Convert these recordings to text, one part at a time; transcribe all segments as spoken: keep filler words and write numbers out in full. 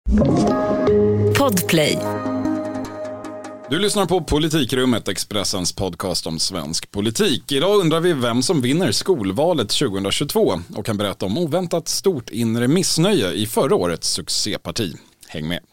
Podplay. Du lyssnar på Politikrummet, Expressens podcast om svensk politik. Idag undrar vi vem som vinner skolvalet tjugohundratjugotvå och kan berätta om oväntat stort inre missnöje i förra årets succéparti. Häng med!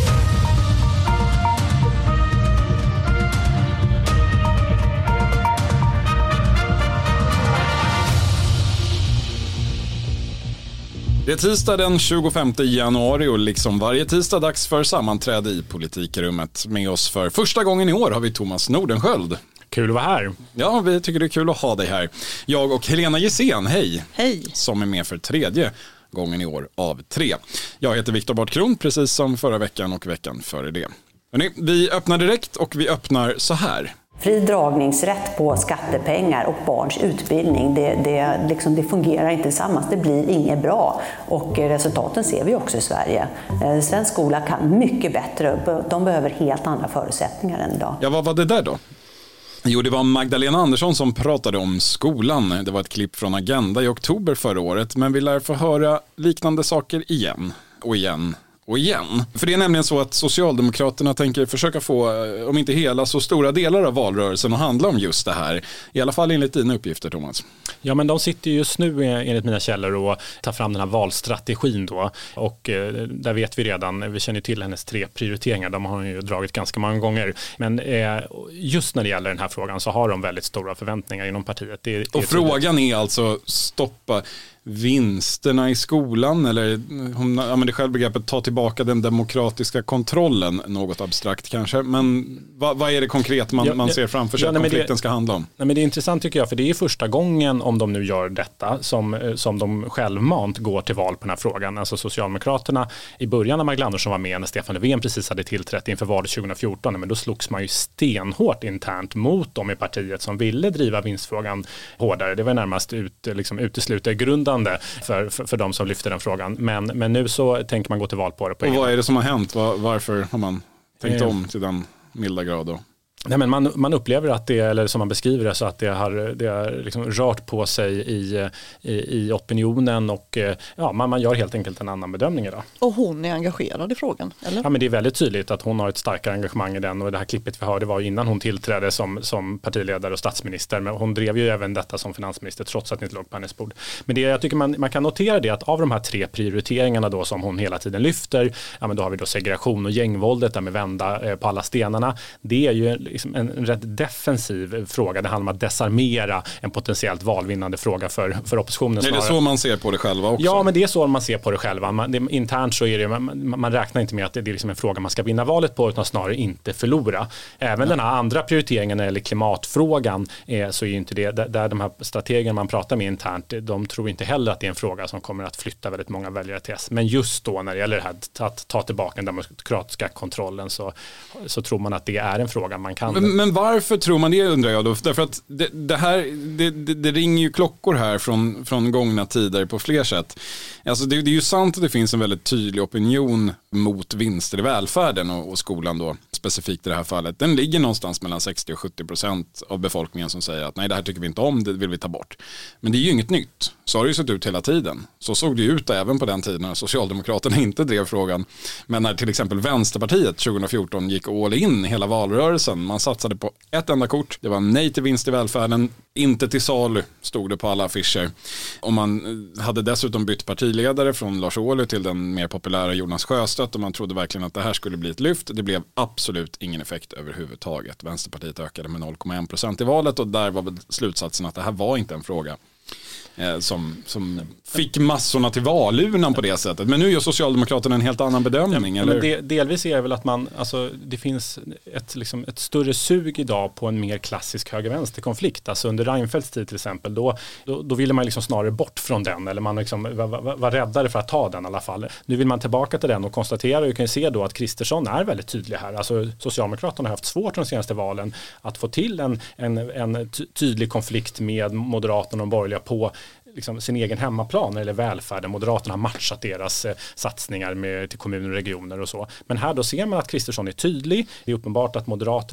Det är tisdag den tjugofemte januari och liksom varje tisdag dags för sammanträde i Politikrummet. Med oss för första gången i år har vi Thomas Nordenskjöld. Kul att vara här. Ja, vi tycker det är kul att ha dig här. Jag och Helena Gissén, hej. Hej. Som är med för tredje gången i år av tre. Jag heter Viktor Bartkron, precis som förra veckan och veckan före det. Hörrni, vi öppnar direkt och vi öppnar så här. Fri dragningsrätt på skattepengar och barns utbildning, det, det, liksom, det fungerar inte tillsammans, det blir inget bra. Och resultaten ser vi också i Sverige. Svensk skola kan mycket bättre, de behöver helt andra förutsättningar än idag. Ja, vad var det där då? Jo, det var Magdalena Andersson som pratade om skolan. Det var ett klipp från Agenda i oktober förra året, men vi lär få höra liknande saker igen och igen. Och igen. För det är nämligen så att Socialdemokraterna tänker försöka få, om inte hela, så stora delar av valrörelsen att handla om just det här. I alla fall enligt dina uppgifter, Thomas. Ja, men de sitter just nu enligt mina källor och tar fram den här valstrategin då. Och eh, där vet vi redan, vi känner till hennes tre prioriteringar. De har hon ju dragit ganska många gånger. Men eh, just när det gäller den här frågan så har de väldigt stora förväntningar inom partiet. Det, det och är frågan är alltså stoppa vinsterna i skolan, eller hon använder själv begreppet ta tillbaka den demokratiska kontrollen, något abstrakt kanske, men vad, vad är det konkret man, ja, man ser framför sig ja, att konflikten det, ska handla om? Nej, men det är intressant tycker jag, för det är första gången, om de nu gör detta, som, som de självmant går till val på den här frågan. Alltså Socialdemokraterna i början när Magdalena Andersson var med, när Stefan Löfven precis hade tillträtt inför valet tjugofjorton, men då slogs man ju stenhårt internt mot dem i partiet som ville driva vinstfrågan hårdare. Det var närmast ut, liksom, utesluta grunda För, för, för de som lyfter den frågan. Men, men nu så tänker man gå till val på det. På och vad är det som har hänt? Var, varför har man tänkt eh. om till den milda grad då? Nej, men man, man upplever att det, eller som man beskriver det, så att det har, det har liksom rört på sig i, i, i opinionen och ja, man, man gör helt enkelt en annan bedömning idag. Och hon är engagerad i frågan, eller? Ja, men det är väldigt tydligt att hon har ett starkare engagemang i den, och det här klippet vi hörde var innan hon tillträdde som, som partiledare och statsminister, men hon drev ju även detta som finansminister trots att det inte låg på hennes bord. Men det jag tycker man, man kan notera det att av de här tre prioriteringarna då som hon hela tiden lyfter, ja, men då har vi då segregation och gängvåldet där med vända eh, på alla stenarna. Det är ju liksom en, en rätt defensiv fråga. Det handlar om att desarmera en potentiellt valvinnande fråga för, för oppositionen. Är det så man ser på det själva också? Ja, men det är så man ser på det själva. Man, det, internt så är det, man, man räknar inte med att det, det är liksom en fråga man ska vinna valet på, utan snarare inte förlora. Även ja. Den här andra prioriteringen eller klimatfrågan är, så är ju inte det, där, där de här strategerna man pratar med internt, de tror inte heller att det är en fråga som kommer att flytta väldigt många väljare till S. Men just då när det gäller det här att ta tillbaka den demokratiska kontrollen så, så tror man att det är en fråga man kan... Men, men varför tror man det, undrar jag då? Därför att det, det här, det, det, det ringer ju klockor här från, från gångna tider på fler sätt. Alltså det, det är ju sant att det finns en väldigt tydlig opinion mot vinster i välfärden och, och skolan då, specifikt i det här fallet. Den ligger någonstans mellan sextio och sjuttio procent av befolkningen som säger att nej, det här tycker vi inte om, det vill vi ta bort. Men det är ju inget nytt. Så har det ju sett ut hela tiden. Så såg det ut även på den tiden när Socialdemokraterna inte drev frågan. Men när till exempel Vänsterpartiet tjugofjorton gick all in hela valrörelsen, man satsade på ett enda kort, det var nej till vinst i välfärden, inte till salu, stod det på alla affischer. Och man hade dessutom bytt partiledare från Lars Ohly till den mer populära Jonas Sjöstedt, och man trodde verkligen att det här skulle bli ett lyft. Det blev absolut ingen effekt överhuvudtaget. Vänsterpartiet ökade med noll komma en procent i valet, och där var slutsatsen att det här var inte en fråga eh, som, som fick massorna till valurnan på det sättet. Men nu gör Socialdemokraterna en helt annan bedömning. Ja, eller? Men det, delvis är det väl att man, alltså, det finns ett, liksom, ett större sug idag på en mer klassisk höger-vänster-konflikt. Alltså under Reinfeldts tid till exempel, då, då, då ville man liksom snarare bort från den, eller man liksom var, var, var räddare för att ta den i alla fall. Nu vill man tillbaka till den och konstatera, och vi kan ju se då att Kristersson är väldigt tydlig här. Alltså Socialdemokraterna har haft svårt de senaste valen att få till en, en, en tydlig konflikt med Moderaterna och de borgerliga på liksom sin egen hemmaplan eller välfärden. Moderaterna har matchat deras eh, satsningar med, till kommuner och regioner och så. Men här då ser man att Kristersson är tydlig. Det är uppenbart att Moderaterna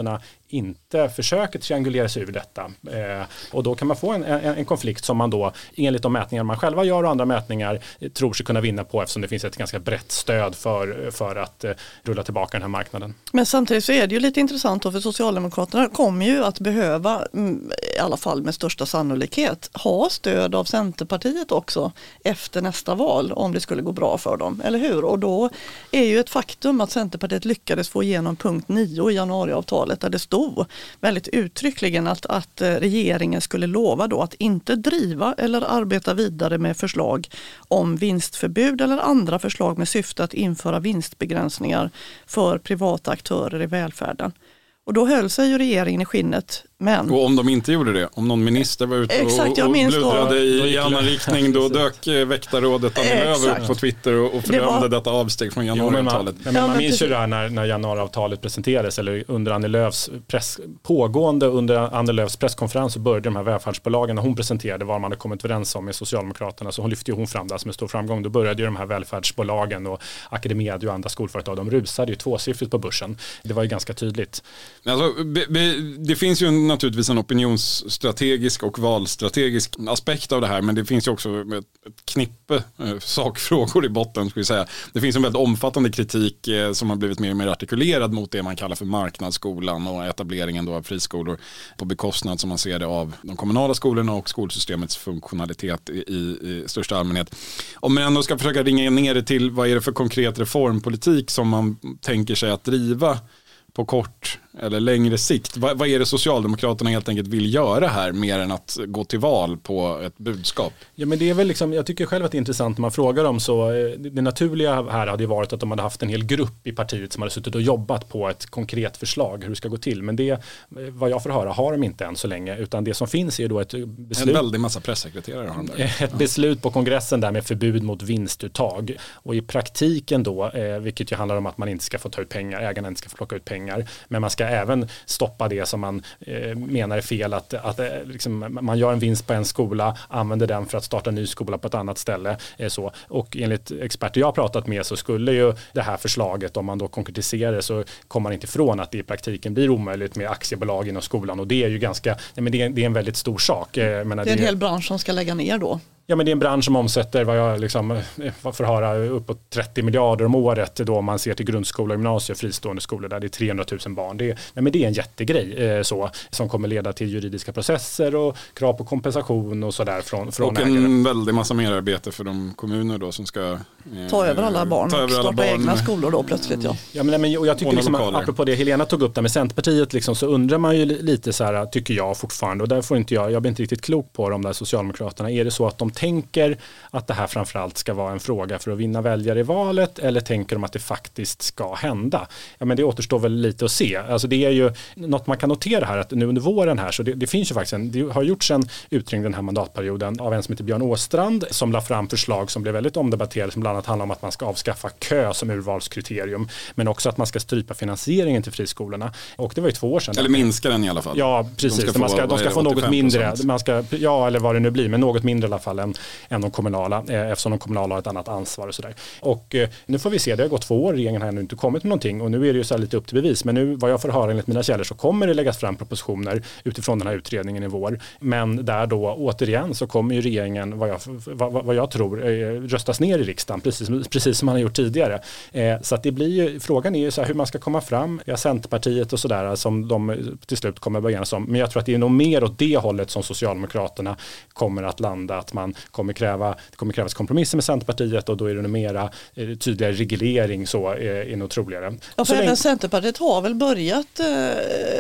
inte försöker triangulera sig ur detta. Eh, och då kan man få en, en, en konflikt som man då enligt de mätningar man själva gör och andra mätningar tror sig kunna vinna på, eftersom det finns ett ganska brett stöd för, för att eh, rulla tillbaka den här marknaden. Men samtidigt så är det ju lite intressant då, för Socialdemokraterna kommer ju att behöva, i alla fall med största sannolikhet, ha stöd av Centerpartiet också efter nästa val om det skulle gå bra för dem, eller hur? Och då är ju ett faktum att Centerpartiet lyckades få igenom punkt nio i januariavtalet där det stod väldigt uttryckligen att, att regeringen skulle lova då att inte driva eller arbeta vidare med förslag om vinstförbud eller andra förslag med syfte att införa vinstbegränsningar för privata aktörer i välfärden. Och då höll sig ju regeringen i skinnet. Men... Och om de inte gjorde det, om någon minister var ute Exakt, och, och då... bludrade i, i annan riktning, då dök väktarrådet Annie Lööf upp på Twitter och, och fördömde var... detta avsteg från januariavtalet. Jo, men man, men man minns ju det här när, när januariavtalet presenterades, eller under Annie Lööfs press, pågående under Annie Lööfs presskonferens så började de här välfärdsbolagen, när hon presenterade vad man hade kommit överens om med Socialdemokraterna, så hon lyfte ju hon fram det som en stor framgång. Då började ju de här välfärdsbolagen och Academedia och andra skolföretag, de rusade ju tvåsiffrigt på börsen. Det var ju ganska tydligt. Alltså, be, be, det finns ju naturligtvis en opinionsstrategisk och valstrategisk aspekt av det här, men det finns ju också ett, ett knippe eh, sakfrågor i botten, skulle jag säga. Det finns en väldigt omfattande kritik eh, som har blivit mer och mer artikulerad mot det man kallar för marknadsskolan och etableringen då av friskolor på bekostnad, som man ser det, av de kommunala skolorna och skolsystemets funktionalitet i, i, i största allmänhet. Om man ändå ska försöka ringa ner det till vad är det för konkret reformpolitik som man tänker sig att driva på kort eller längre sikt. Vad, vad är det Socialdemokraterna helt enkelt vill göra här mer än att gå till val på ett budskap? Ja, men det är väl liksom, jag tycker själv att det är intressant när man frågar dem, så det naturliga här hade ju varit att de hade haft en hel grupp i partiet som hade suttit och jobbat på ett konkret förslag hur det ska gå till. Men det, vad jag får höra, har de inte än så länge, utan det som finns är då ett beslut. En väldig massa pressekreterare har de där. Ett beslut på kongressen där med förbud mot vinstuttag. Och i praktiken då, eh, vilket ju handlar om att man inte ska få ta ut pengar, ägarna inte ska få plocka ut pengar, men man ska även stoppa det som man eh, menar är fel, att, att eh, liksom, man gör en vinst på en skola, använder den för att starta en ny skola på ett annat ställe. Eh, så. Och enligt experter jag har pratat med så skulle ju det här förslaget, om man då konkretiserar det, så kommer man inte ifrån att det i praktiken blir omöjligt med aktiebolag inom skolan, och det är ju ganska, nej, men det är, det är en väldigt stor sak. Eh, men det är en det, hel bransch som ska lägga ner då. Ja, men det är en bransch som omsätter, vad jag liksom får höra, uppåt trettio miljarder om året då, om man ser till grundskola och gymnasier, fristående skolor där det är trehundratusen barn. Det är, nej, men det är en jättegrej eh, så, som kommer leda till juridiska processer och krav på kompensation och sådär från, från och en ägare. Väldig massa mer arbete för de kommuner då som ska eh, ta över alla barn ta och över starta egna skolor då plötsligt. Ja, ja men, men och jag tycker liksom, apropå det Helena tog upp där med Centerpartiet liksom, så undrar man ju lite så här, tycker jag fortfarande, och där får inte jag, jag blir inte riktigt klok på de där Socialdemokraterna. Är det så att de tänker att det här framförallt ska vara en fråga för att vinna väljare i valet, eller tänker de att det faktiskt ska hända? Ja, men det återstår väl lite att se. Alltså det är ju något man kan notera här, att nu under våren här, så det, det finns ju faktiskt en, det har gjorts en utredning den här mandatperioden av en som heter Björn Åstrand, som la fram förslag som blev väldigt omdebatterade, som bland annat handlar om att man ska avskaffa kö som urvalskriterium, men också att man ska strypa finansieringen till friskolorna. Och det var ju två år sedan. Eller minska den i alla fall. Ja, precis. De ska få, man ska, de ska få något mindre. Man ska, ja, eller vad det nu blir, men något mindre i alla fall än, än de kommunala, eh, eftersom de kommunala har ett annat ansvar och sådär. Och eh, nu får vi se, det har gått två år, regeringen har nu inte kommit med någonting, och nu är det ju så här lite upp till bevis, men nu, vad jag får höra enligt mina källor, så kommer det läggas fram propositioner utifrån den här utredningen i vår, men där då återigen så kommer ju regeringen, vad jag, vad, vad jag tror, eh, röstas ner i riksdagen, precis, precis som man har gjort tidigare. Eh, så att det blir ju, frågan är ju så här hur man ska komma fram, ja, Centerpartiet och sådär som de till slut kommer börja enas om, men jag tror att det är nog mer åt det hållet som Socialdemokraterna kommer att landa, att man kommer kräva, det kommer krävas kompromisser med Centerpartiet, och då är det nog mera eh, tydligare reglering, så är nog troligare. Ja, för även länge... Centerpartiet har väl börjat eh,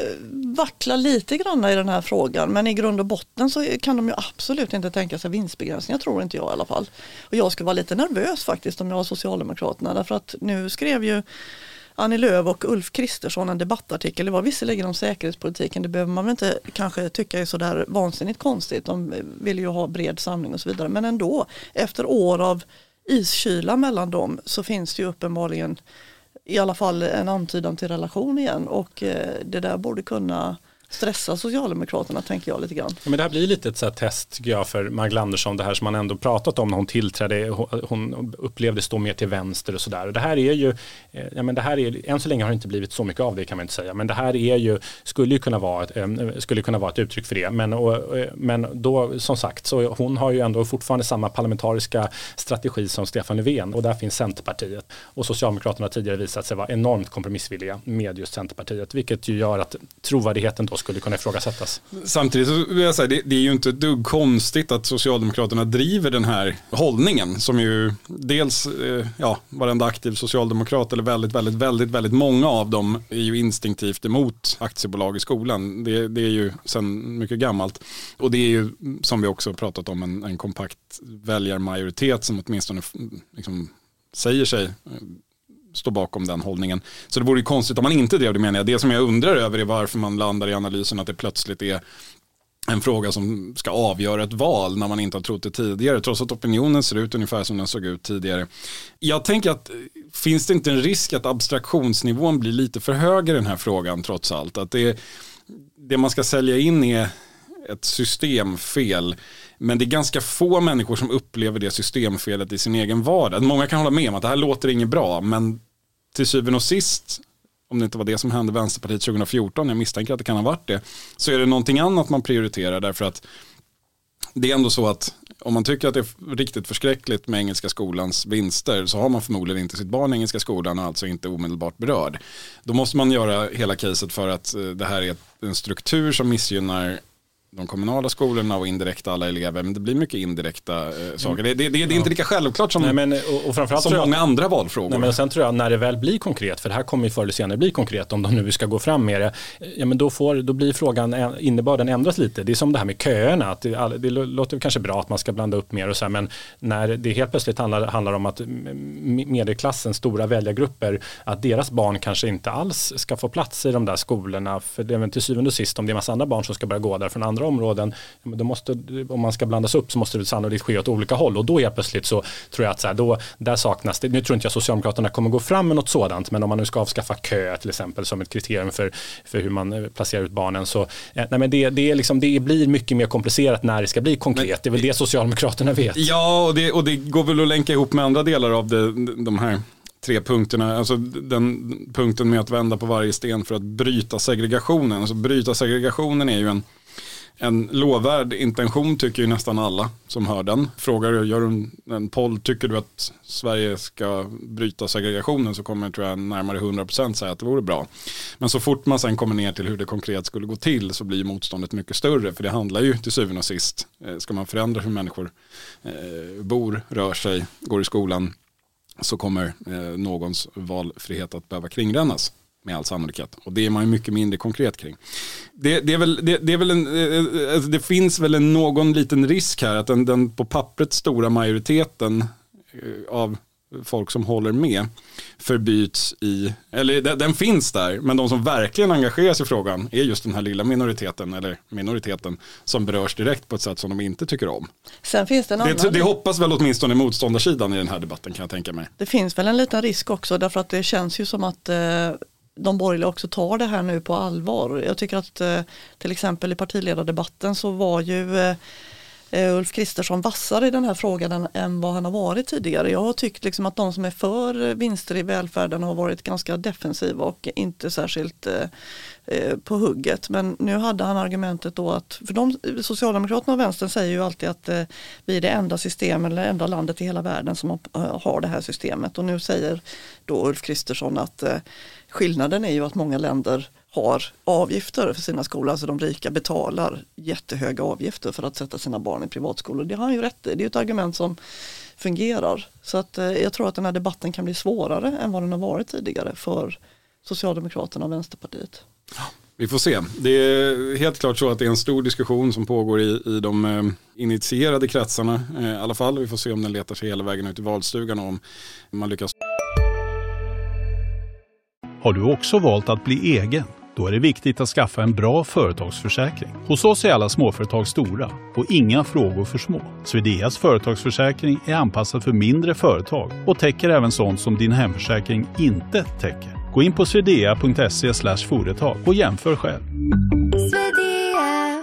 vackla lite grann i den här frågan, men i grund och botten så kan de ju absolut inte tänka sig vinstbegränsning, jag tror inte jag i alla fall. Och jag skulle vara lite nervös faktiskt om jag var Socialdemokraterna, därför att nu skrev ju Annie Lööf och Ulf Kristersson en debattartikel. Det var visserligen om säkerhetspolitiken, det behöver man väl inte kanske tycka är så där vansinnigt konstigt. De vill ju ha bred samling och så vidare, men ändå, efter år av iskyla mellan dem så finns det ju uppenbarligen i alla fall en antydan till relation igen, och det där borde kunna stressa Socialdemokraterna, tänker jag lite grann. Ja, men det här blir lite ett så här test, tycker jag, för Magdalena Andersson, det här som man ändå pratat om när hon tillträdde. Hon upplevde stå mer till vänster och sådär. Det här är ju, ja, men det här är, än så länge har det inte blivit så mycket av det, kan man inte säga. Men det här är ju, skulle ju kunna vara ett, skulle kunna vara ett uttryck för det. Men, och, men då, som sagt, så hon har ju ändå fortfarande samma parlamentariska strategi som Stefan Löfven, och där finns Centerpartiet. Och Socialdemokraterna har tidigare visat sig vara enormt kompromissvilliga med just Centerpartiet, vilket ju gör att trovärdigheten då skulle kunna ifrågasättas. Samtidigt så vill jag säga, det, det är ju inte ett dugg konstigt att Socialdemokraterna driver den här hållningen, som ju dels, eh, ja, varenda aktiv socialdemokrat, eller väldigt, väldigt, väldigt, väldigt många av dem är ju instinktivt emot aktiebolag i skolan. Det, det är ju sedan mycket gammalt. Och det är ju, som vi också pratat om, en, en kompakt väljarmajoritet som åtminstone liksom säger sig stå bakom den hållningen. Så det vore ju konstigt om man inte drev det, menar jag. Det som jag undrar över är varför man landar i analysen att det plötsligt är en fråga som ska avgöra ett val när man inte har trott det tidigare, trots att opinionen ser ut ungefär som den såg ut tidigare. Jag tänker att finns det inte en risk att abstraktionsnivån blir lite för hög i den här frågan trots allt? Att det, det man ska sälja in är ett systemfel, men det är ganska få människor som upplever det systemfelet i sin egen vardag. Många kan hålla med om att det här låter inget bra, men till syvende och sist, om det inte var det som hände Vänsterpartiet tjugo fjorton, jag misstänker att det kan ha varit det, så är det någonting annat man prioriterar, därför att det är ändå så att om man tycker att det är riktigt förskräckligt med engelska skolans vinster, så har man förmodligen inte sitt barn i engelska skolan och alltså inte omedelbart berörd. Då måste man göra hela caset för att det här är en struktur som missgynnar de kommunala skolorna och indirekt alla elever, men det blir mycket indirekta eh, saker. Det, det, det, det är inte lika självklart som, nej, men, och, och framförallt som jag, många andra valfrågor. Nej, men sen tror jag när det väl blir konkret, för det här kommer ju förr eller senare bli konkret om de nu ska gå fram med det, ja, men då, får, då blir frågan, innebörden ändras lite. Det är som det här med köerna, att det, det låter kanske bra att man ska blanda upp mer och så här, men när det helt plötsligt handlar, handlar om att medelklassen, stora väljargrupper, att deras barn kanske inte alls ska få plats i de där skolorna, för det är till syvende och sist, om det är massa andra barn som ska börja gå där från andra områden, men då måste, om man ska blandas upp så måste det sannolikt ske åt olika håll, och då är plötsligt så tror jag att så här, då, där saknas det. Nu tror inte jag Socialdemokraterna kommer gå fram med något sådant, men om man nu ska avskaffa kö till exempel som ett kriterium för, för hur man placerar ut barnen, så nej, men det, det, är liksom, det blir mycket mer komplicerat när det ska bli konkret. Men det är väl det Socialdemokraterna vet. Ja, och det, och det går väl att länka ihop med andra delar av det, de här tre punkterna, alltså den punkten med att vända på varje sten för att bryta segregationen. Alltså bryta segregationen är ju en En lovvärd intention, tycker ju nästan alla som hör den. Frågar du, gör en, en poll, tycker du att Sverige ska bryta segregationen, så kommer, tror jag, närmare hundra procent säga att det vore bra. Men så fort man sen kommer ner till hur det konkret skulle gå till, så blir motståndet mycket större. För det handlar ju till syvende och sist, ska man förändra hur människor eh, bor, rör sig, går i skolan, så kommer eh, någons valfrihet att behöva kringrännas med all sannolikhet. Och det är man ju mycket mindre konkret kring. Det, det, är väl, det, det, är väl en, det finns väl en någon liten risk här att den, den på pappret stora majoriteten av folk som håller med förbyts i, eller den, den finns där, men de som verkligen engagerar sig i frågan är just den här lilla minoriteten, eller minoriteten som berörs direkt på ett sätt som de inte tycker om. Sen finns det en annan... det, det hoppas väl åtminstone motståndarsidan i den här debatten, kan jag tänka mig. Det finns väl en liten risk också, därför att det känns ju som att eh, de borgerliga också tar det här nu på allvar. Jag tycker att eh, till exempel i partiledardebatten så var ju eh, Ulf Kristersson vassare i den här frågan än, än vad han har varit tidigare. Jag har tyckt liksom att de som är för vinster i välfärden har varit ganska defensiva och inte särskilt eh, på hugget. Men nu hade han argumentet då att, för de, Socialdemokraterna och vänstern säger ju alltid att eh, vi är det enda system eller enda landet i hela världen som har, har det här systemet. Och nu säger då Ulf Kristersson att eh, skillnaden är ju att många länder har avgifter för sina skolor, alltså de rika betalar jättehöga avgifter för att sätta sina barn i privatskolor. Det har han ju rätt i. Det är ju ett argument som fungerar. Så att eh, jag tror att den här debatten kan bli svårare än vad den har varit tidigare för Socialdemokraterna och Vänsterpartiet. Vi får se. Det är helt klart så att det är en stor diskussion som pågår i, i de eh, initierade kretsarna eh, i alla fall. Vi får se om den letar sig hela vägen ut i valstugan och om man lyckas. Har du också valt att bli egen? Då är det viktigt att skaffa en bra företagsförsäkring. Hos oss är alla småföretag stora och inga frågor för små. Swedeas företagsförsäkring är anpassad för mindre företag och täcker även sånt som din hemförsäkring inte täcker. Gå in på swedea punkt se slash företag och jämför själv.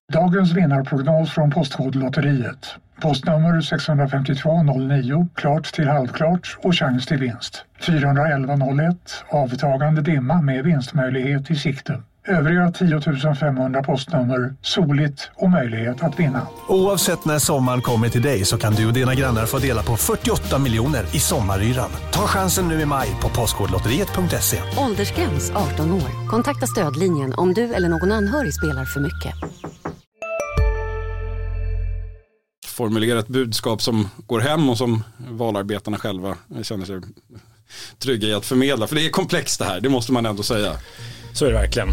Dagens vinnarprognos från Postkodlotteriet. Postnummer sex fem två noll nio, klart till halvklart och chans till vinst. fyra elva noll ett, avtagande dimma med vinstmöjlighet i sikte. Övriga tio tusen femhundra postnummer, soligt och möjlighet att vinna. Oavsett när sommaren kommer till dig så kan du och dina grannar få dela på fyrtioåtta miljoner i sommaryran. Ta chansen nu i maj på postkodlotteriet punkt se. Åldersgräns arton år. Kontakta stödlinjen om du eller någon anhörig spelar för mycket. Formulera ett budskap som går hem och som valarbetarna själva känner sig trygga i att förmedla. För det är komplext det här, det måste man ändå säga. Så är det verkligen.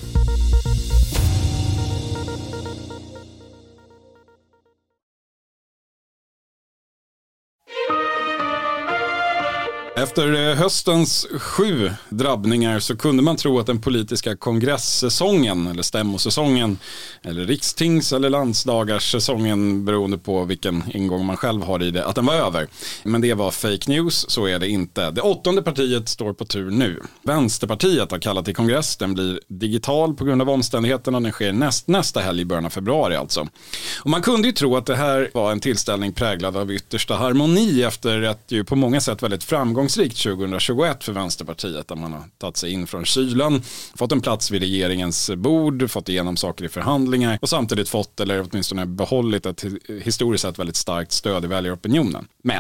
Efter höstens sju drabbningar så kunde man tro att den politiska kongresssäsongen eller stämmosäsongen eller rikstings- eller landsdagarssäsongen, beroende på vilken ingång man själv har i det, att den var över. Men det var fake news, så är det inte. Det åttonde partiet står på tur nu. Vänsterpartiet har kallat till kongress, den blir digital på grund av omständigheterna och den sker näst, nästa helg i början av februari alltså. Och man kunde ju tro att det här var en tillställning präglad av yttersta harmoni efter ett ju på många sätt väldigt framgångsrikt tjugohundratjugoett för Vänsterpartiet, där man har tagit sig in från kylan, fått en plats vid regeringens bord, fått igenom saker i förhandlingar och samtidigt fått, eller åtminstone behållit, ett historiskt sett väldigt starkt stöd i väljaropinionen. Men,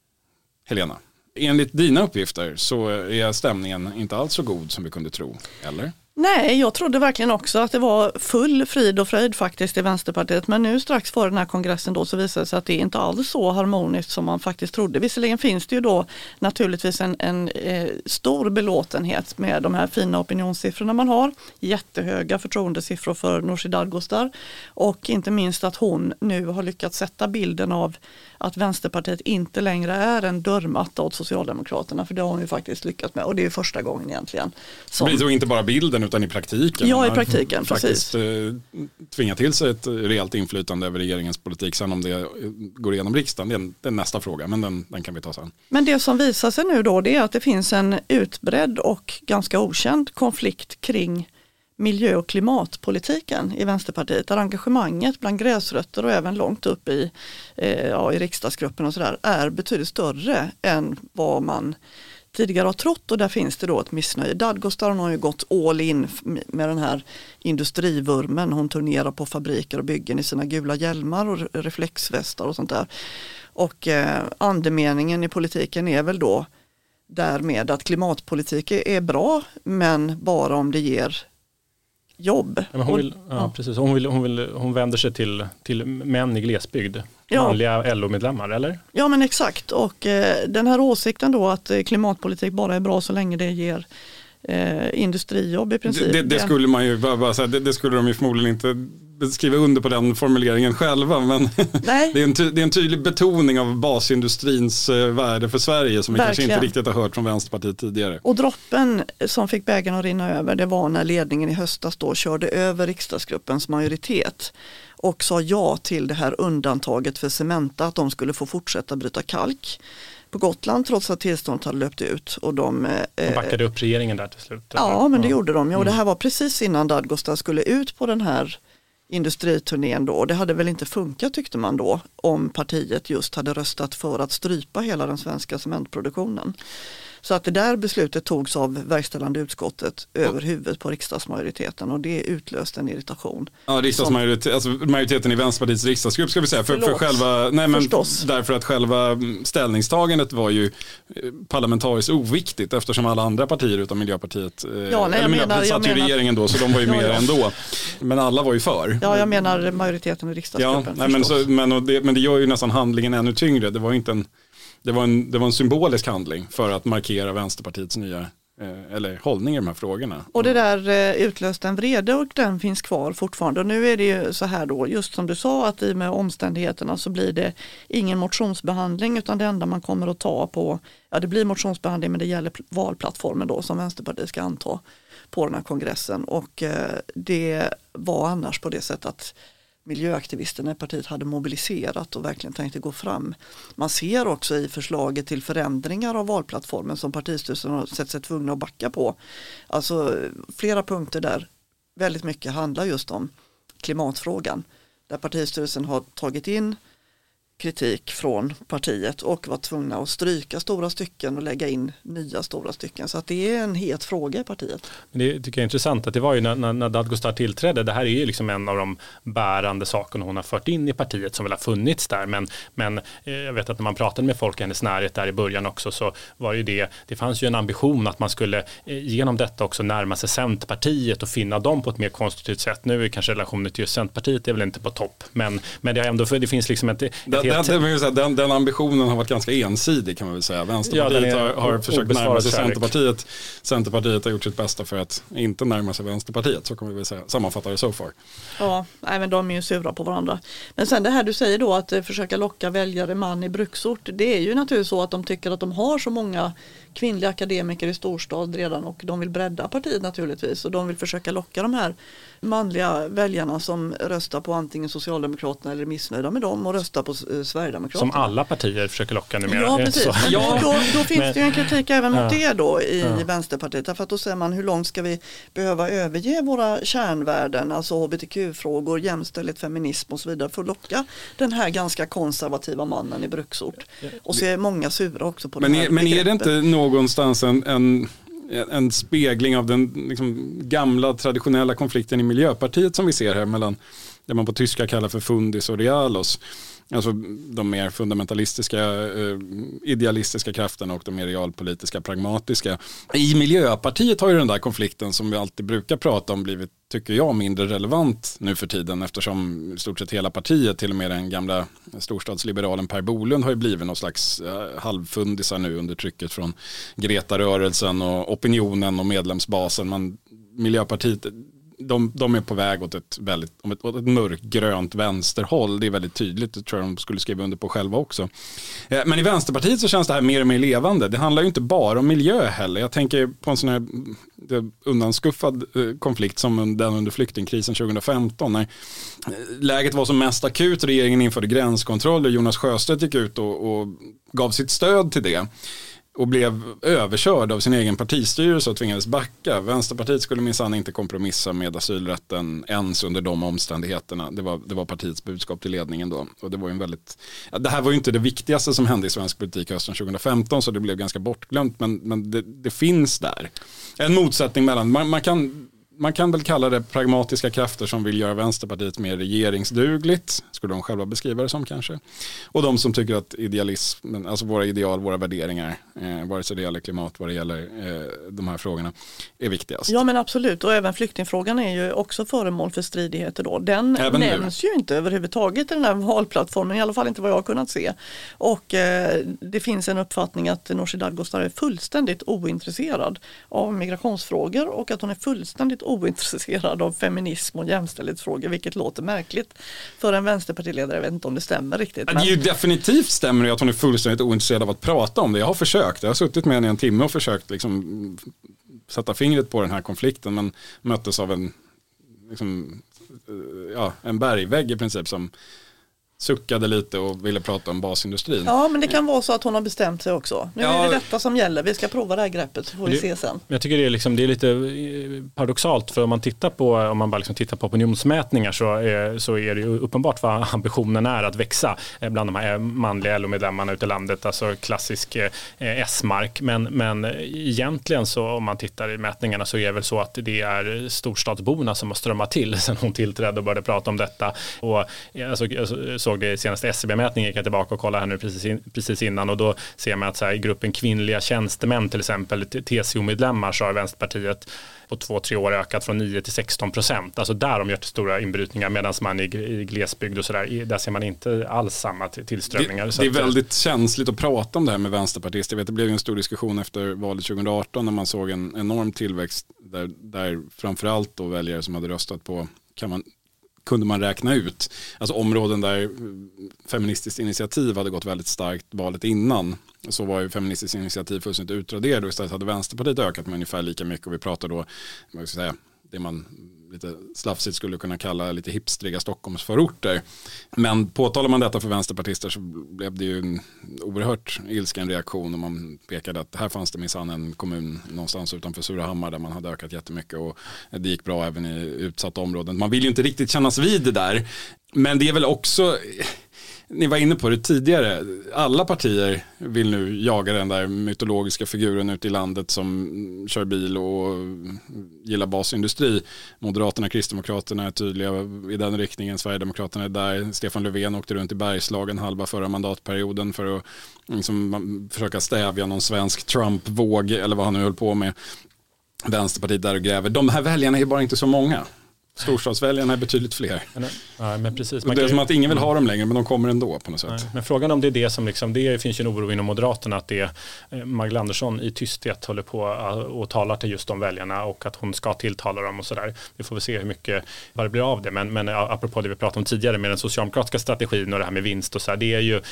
Helena, enligt dina uppgifter så är stämningen inte alls så god som vi kunde tro, eller? Nej, jag trodde verkligen också att det var full frid och fröjd faktiskt i Vänsterpartiet. Men nu strax före den här kongressen då så visade det sig att det inte alls så harmoniskt som man faktiskt trodde. Visserligen finns det ju då naturligtvis en, en eh, stor belåtenhet med de här fina opinionssiffrorna man har. Jättehöga förtroendesiffror för Nooshi Dadgostar. Och inte minst att hon nu har lyckats sätta bilden av att Vänsterpartiet inte längre är en dörrmatta åt Socialdemokraterna. För det har hon ju faktiskt lyckats med. Och det är första gången egentligen. Som... Det blir så inte bara bilden utan i praktiken. Ja, i praktiken, faktiskt precis. Eh, tvinga till sig ett rejält inflytande över regeringens politik. Sen om det går igenom riksdagen, det är, det är nästa fråga, men den, den kan vi ta sen. Men det som visar sig nu då, det är att det finns en utbredd och ganska okänd konflikt kring miljö- och klimatpolitiken i Vänsterpartiet. Där engagemanget bland gräsrötter och även långt upp i, eh, ja, i riksdagsgruppen och sådär är betydligt större än vad man tidigare har trott, och där finns det då ett missnöje. Dadgostar har ju gått all in med den här industrivurmen. Hon turnerar på fabriker och byggen i sina gula hjälmar och reflexvästar och sånt där. Och eh, andemeningen i politiken är väl då därmed att klimatpolitik är bra, men bara om det ger jobb. Ja, hon, vill, ja, ja. Precis. Hon, vill, hon, vill, hon vänder sig till, till män i glesbygd. Ja. Vanliga L O-medlemmar, eller? Ja, men exakt. Och eh, den här åsikten då att eh, klimatpolitik bara är bra så länge det ger eh, industrijobb i princip. Det, det, det skulle man ju bara, bara säga, det, det skulle de ju förmodligen inte skriva under på den formuleringen själva, men Nej. det, är en ty, det är en tydlig betoning av basindustrins eh, värde för Sverige som vi Verkligen. kanske inte riktigt har hört från Vänsterpartiet tidigare. Och droppen som fick bägaren att rinna över, det var när ledningen i höstas då körde över riksdagsgruppens majoritet och sa ja till det här undantaget för Cementa, att de skulle få fortsätta bryta kalk på Gotland trots att tillståndet hade löpt ut. Och de, eh, de backade upp regeringen där till slut. Eller? Ja, men det ja. gjorde de. Ja, och det här var precis innan Dadgostar skulle ut på den här industriturnén då. Det hade väl inte funkat, tyckte man då, om partiet just hade röstat för att strypa hela den svenska cementproduktionen. Så att det där beslutet togs av verkställande utskottet över huvudet på riksdagsmajoriteten, och det utlöste en irritation. Ja, riksdagsmajoriteten, alltså majoriteten i Vänsterpartiets riksdagsgrupp ska vi säga, för, för själva, nej men Förstås. därför att själva ställningstagandet var ju parlamentariskt oviktigt eftersom alla andra partier utom Miljöpartiet, ja, nej, eller Miljöpartiet menar, satt ju i regeringen då, så de var ju ja, mer ja. ändå. Men alla var ju för. Ja, jag menar majoriteten i riksdagsgruppen. Ja, nej, men, så, men, och det, men det gör ju nästan handlingen ännu tyngre. Det var ju inte en Det var, en, det var en symbolisk handling för att markera Vänsterpartiets nya eh, eller hållning i de här frågorna. Och det där eh, utlöste en vrede, och den finns kvar fortfarande. Och nu är det ju så här då, just som du sa, att i med omständigheterna så blir det ingen motionsbehandling, utan det enda man kommer att ta på, ja det blir motionsbehandling, men det gäller valplattformen då som Vänsterpartiet ska anta på den här kongressen. Och eh, det var annars på det sättet att miljöaktivisterna i partiet hade mobiliserat och verkligen tänkte gå fram. Man ser också i förslaget till förändringar av valplattformen som partistyrelsen har sett sig tvungna att backa på. Alltså flera punkter där väldigt mycket handlar just om klimatfrågan. Där partistyrelsen har tagit in kritik från partiet och var tvungna att stryka stora stycken och lägga in nya stora stycken. Så att det är en het fråga i partiet. Det tycker jag är intressant att det var ju när, när, när Dadgostar tillträdde, det här är ju liksom en av de bärande sakerna hon har fört in i partiet som väl har funnits där. Men, men eh, jag vet att när man pratade med folk i hennes närhet där i början också så var ju det, det fanns ju en ambition att man skulle eh, genom detta också närma sig Centerpartiet och finna dem på ett mer konstruktivt sätt. Nu är kanske relationen till just Centerpartiet är väl inte på topp, men, men det, är ändå, för det finns liksom ett, ett det, helt... det, den, den ambitionen har varit ganska ensidig kan man väl säga. Vänsterpartiet ja, har, har försökt närma sig Centerpartiet. Centerpartiet har gjort sitt bästa för att inte närma sig Vänsterpartiet, så kan vi väl säga, sammanfatta det so far. Ja, nej, men de är ju sura på varandra. Men sen det här du säger då att försöka locka väljare man i bruksort, det är ju naturligtvis så att de tycker att de har så många kvinnliga akademiker i storstad redan och de vill bredda partiet naturligtvis och de vill försöka locka de här manliga väljarna som röstar på antingen Socialdemokraterna eller missnöjda med dem och röstar på eh, Sverigedemokraterna. Som alla partier försöker locka numera. Ja, precis. Så. Ja, då, då finns Men, det ju en kritik även mot ja, det då i ja. Vänsterpartiet. Därför att då säger man hur långt ska vi behöva överge våra kärnvärden, alltså H B T Q-frågor, jämställdhet, feminism och så vidare för att locka den här ganska konservativa mannen i bruksort. Och så är många sura också på men det här är, Men är det inte någonstans en, en, en spegling av den liksom, gamla traditionella konflikten i Miljöpartiet som vi ser här mellan det man på tyska kallar för fundis och realos, alltså de mer fundamentalistiska eh, idealistiska krafterna och de mer realpolitiska pragmatiska. I Miljöpartiet har ju den där konflikten som vi alltid brukar prata om blivit, tycker jag, mindre relevant nu för tiden eftersom i stort sett hela partiet, till och med den gamla storstadsliberalen Per Bolund har ju blivit någon slags eh, halvfundisar nu under trycket från Greta-rörelsen och opinionen och medlemsbasen. Man, Miljöpartiet De, de är på väg åt ett väldigt åt ett, åt ett mörkgrönt vänsterhåll. Det är väldigt tydligt, det tror jag de skulle skriva under på själva också. Men i Vänsterpartiet så känns det här mer och mer levande. Det handlar ju inte bara om miljö heller. Jag tänker på en sån här undanskuffad konflikt som den under flyktingkrisen tjugohundrafemton när läget var som mest akut. Regeringen införde gränskontroller. Jonas Sjöstedt gick ut och, och gav sitt stöd till det. Och blev överkörd av sin egen partistyrelse och tvingades backa. Vänsterpartiet skulle minsann inte kompromissa med asylrätten ens under de omständigheterna. Det var, det var partiets budskap till ledningen då. Och det var ju en väldigt, ja, det här var ju inte det viktigaste som hände i svensk politik hösten tjugohundrafemton, så det blev ganska bortglömt. Men, men det, det finns där. En motsättning mellan, man, man kan... Man kan väl kalla det pragmatiska krafter som vill göra Vänsterpartiet mer regeringsdugligt, skulle de själva beskriva det som kanske. Och de som tycker att idealism, alltså våra ideal, våra värderingar, eh, vare sig det gäller klimat, vad det gäller eh, de här frågorna, är viktigast. Ja men absolut, och även flyktingfrågan är ju också föremål för stridigheter då. Den även nämns nu ju inte överhuvudtaget i den här valplattformen, i alla fall inte vad jag har kunnat se. Och eh, det finns en uppfattning att Nooshi Dadgostar är fullständigt ointresserad av migrationsfrågor och att hon är fullständigt ointresserad av feminism och jämställdhetsfrågor, vilket låter märkligt för en vänsterpartiledare. Jag vet inte om det stämmer riktigt. Men... Det är ju definitivt stämmer det att hon är fullständigt ointresserad av att prata om det. Jag har försökt, jag har suttit med henne i en timme och försökt liksom sätta fingret på den här konflikten, men möttes av en liksom, ja, en bergvägg i princip som suckade lite och ville prata om basindustrin. Ja, men det kan vara så att hon har bestämt sig också. Nu ja, är det detta som gäller. Vi ska prova det här greppet, så får vi se sen. Jag tycker det är, liksom, det är lite paradoxalt, för om man tittar på, om man bara liksom tittar på opinionsmätningar så är, så är det ju uppenbart vad ambitionen är att växa bland de här manliga L O-medlemmarna ute i landet, alltså klassisk eh, S-mark. Men, men egentligen så om man tittar i mätningarna så är det väl så att det är storstadsborna som har strömmat till sen hon tillträdde och började prata om detta. Och alltså, alltså såg det senaste S C B-mätningen, gick jag tillbaka och kollade här nu precis, in, precis innan, och då ser man att så här, i gruppen kvinnliga tjänstemän till exempel, T C O-medlemmar, så har Vänsterpartiet på två, tre år ökat från nio till sexton procent. Alltså där de gör stora inbrytningar, medan man i, i glesbygd och sådär, där ser man inte alls samma tillströmningar. Det, så det är att, väldigt känsligt att prata om det här med vänsterpartister. Jag vet, det blev ju en stor diskussion efter valet tjugohundraarton när man såg en enorm tillväxt där, där framförallt då väljare som hade röstat på, kan man kunde man räkna ut. Alltså områden där feministiskt initiativ hade gått väldigt starkt valet innan. Så var ju feministiskt initiativ fullständigt utraderade och istället hade Vänsterpartiet ökat med ungefär lika mycket. Och vi pratar då, vad ska jag säga, det man lite slafsigt skulle kunna kalla lite hipstriga Stockholmsförorter. Men påtalar man detta för vänsterpartister så blev det ju en oerhört ilsken reaktion och man pekade att här fanns det minsann en kommun någonstans utanför Surahammar där man hade ökat jättemycket och det gick bra även i utsatta områden. Man vill ju inte riktigt kännas vid det där, men det är väl också... Ni var inne på det tidigare. Alla partier vill nu jaga den där mytologiska figuren ute i landet som kör bil och gillar basindustri. Moderaterna och Kristdemokraterna är tydliga i den riktningen. Sverigedemokraterna är där. Stefan Löfven åkte runt i Bergslagen halva förra mandatperioden för att liksom försöka stävja någon svensk Trump-våg eller vad han nu höll på med. Vänsterpartiet där och gräver. De här väljarna är bara inte så många. Storstadsväljarna är betydligt fler. Ja, men precis. Man det är kan... som att ingen vill ha dem längre, men de kommer ändå på något sätt. Nej, men frågan om det är det som liksom, det finns ju en oro inom Moderaterna att det Magdalena Andersson i tysthet håller på och talar till just de väljarna och att hon ska tilltala dem och sådär. Vi får väl se hur mycket vad det blir av det. Men, men apropå det vi pratade om tidigare med den socialdemokratiska strategin och det här med vinst och så här, det är ju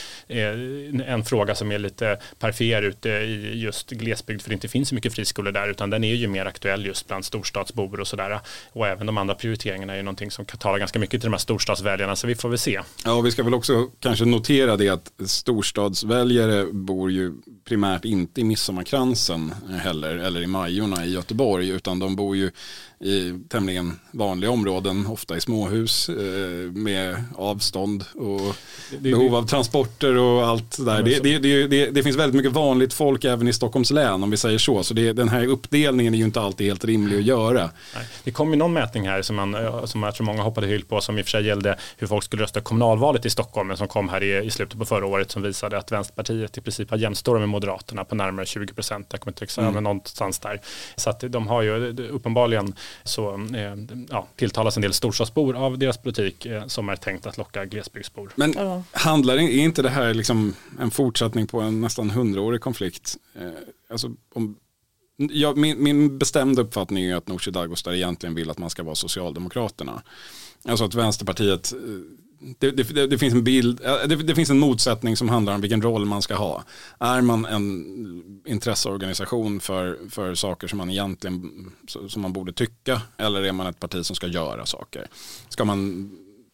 eh, en fråga som är lite perifer ute i just glesbygd för det inte finns så mycket friskolor där utan den är ju mer aktuell just bland storstadsbor och sådär. Och även de andra prioriteringarna är ju någonting som kan tala ganska mycket till de här storstadsväljarna så vi får väl se. Ja, och vi ska väl också kanske notera det att storstadsväljare bor ju primärt inte i Midsommarkransen heller eller i Majorna i Göteborg utan de bor ju i tämligen vanliga områden, ofta i småhus eh, med avstånd och det, det, behov av transporter och allt där. Det, det, det, det, det finns väldigt mycket vanligt folk även i Stockholms län om vi säger så. Så det, den här uppdelningen är ju inte alltid helt rimlig att göra. Nej. Det kom ju någon mätning här som, man, som jag tror många hoppade hyll på som i och för sig gällde hur folk skulle rösta kommunalvalet i Stockholm men som kom här i, i slutet på förra året som visade att Vänsterpartiet i princip har jämstora med Moderaterna på närmare tjugo procent. Jag kommer inte exakt mm. någonstans där. Så att de har ju uppenbarligen så eh, ja, tilltalas en del storstadsbor av deras politik eh, som är tänkt att locka glesbygdsbor. Men ja. handlar är inte det här liksom en fortsättning på en nästan hundraårig konflikt? Eh, alltså om, ja, min, min bestämda uppfattning är att Nooshi Dadgostar egentligen vill att man ska vara Socialdemokraterna. Alltså att Vänsterpartiet Det, det, det finns en bild, det, det finns en motsättning som handlar om vilken roll man ska ha. Är man en intresseorganisation för, för saker som man egentligen som man borde tycka eller är man ett parti som ska göra saker? Ska man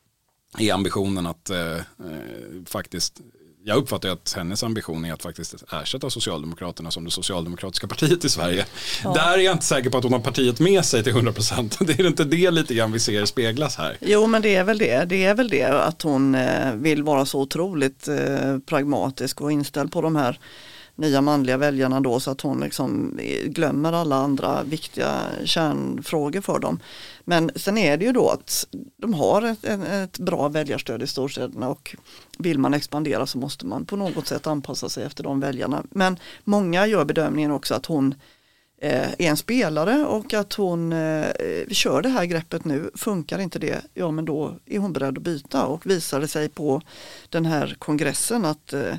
är ambitionen att eh, faktiskt jag uppfattar att hennes ambition är att faktiskt ersätta Socialdemokraterna som det socialdemokratiska partiet i Sverige. Ja. Där är jag inte säker på att hon har partiet med sig till hundra procent. Det är inte det lite grann vi ser speglas här. Jo, men det är väl det. Det är väl det att hon eh, vill vara så otroligt eh, pragmatisk och inställd på de här nya manliga väljarna då så att hon liksom glömmer alla andra viktiga kärnfrågor för dem. Men sen är det ju då att de har ett, ett bra väljarstöd i storstäderna och vill man expandera så måste man på något sätt anpassa sig efter de väljarna. Men många gör bedömningen också att hon eh, är en spelare och att hon eh, kör det här greppet nu. Funkar inte det, ja men då är hon beredd att byta och visar det sig på den här kongressen att eh,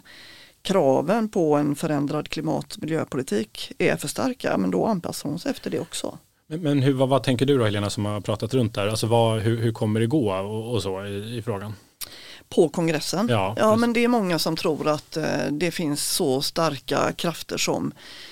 kraven på en förändrad klimat- och miljöpolitik är för starka, men då anpassar hon sig efter det också. Men, men hur, vad, vad tänker du då Helena som har pratat runt där? Alltså vad, hur, hur kommer det gå och, och så i, i frågan? På kongressen? Ja, ja men det är många som tror att eh, det finns så starka krafter som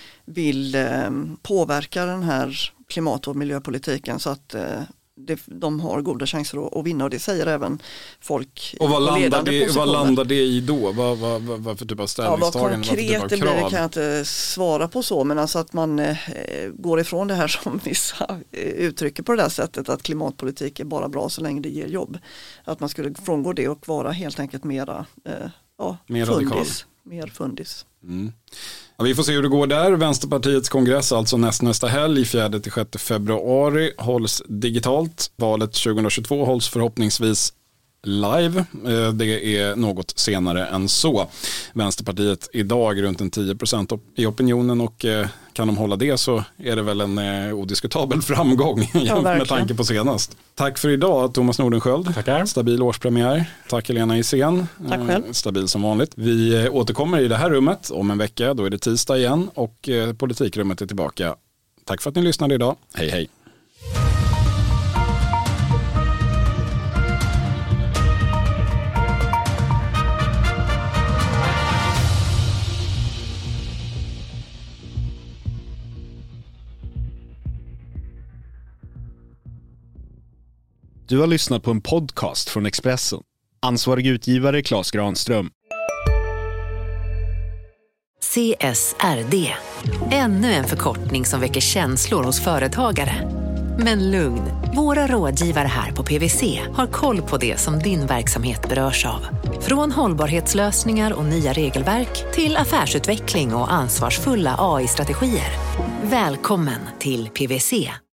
vill eh, påverka den här klimat- och miljöpolitiken så att eh, Det, de har goda chanser att, att vinna och det säger även folk. Och vad, landar det, vad landar det i då? Vad, vad, vad, vad för typ av ställningstagande? Ja, vad konkret det blir kan jag inte svara på så men alltså att man eh, går ifrån det här som vissa eh, uttrycker på det där sättet att klimatpolitik är bara bra så länge det ger jobb. Att man skulle frångå det och vara helt enkelt mera eh, ja, mer fundis. Radikal. Mer fundis. Mm. Ja, vi får se hur det går där. Vänsterpartiets kongress alltså näst, nästa helg, fjärde till sjätte februari, hålls digitalt. Valet tjugohundratjugotvå hålls förhoppningsvis live. Det är något senare än så. Vänsterpartiet idag runt en tio procent i opinionen och kan de hålla det så är det väl en odiskutabel framgång ja, med tanke på senast. Tack för idag Thomas Nordenskjöld. Tackar. Stabil årspremiär. Tack Helena Isén. Tack själv. Stabil som vanligt. Vi återkommer i det här rummet om en vecka. Då är det tisdag igen och politikrummet är tillbaka. Tack för att ni lyssnade idag. Hej hej. Du har lyssnat på en podcast från Expressen. Ansvarig utgivare Claes Granström. C S R D. Ännu en förkortning som väcker känslor hos företagare. Men lugn, våra rådgivare här på P W C har koll på det som din verksamhet berörs av. Från hållbarhetslösningar och nya regelverk till affärsutveckling och ansvarsfulla A I-strategier. Välkommen till P W C.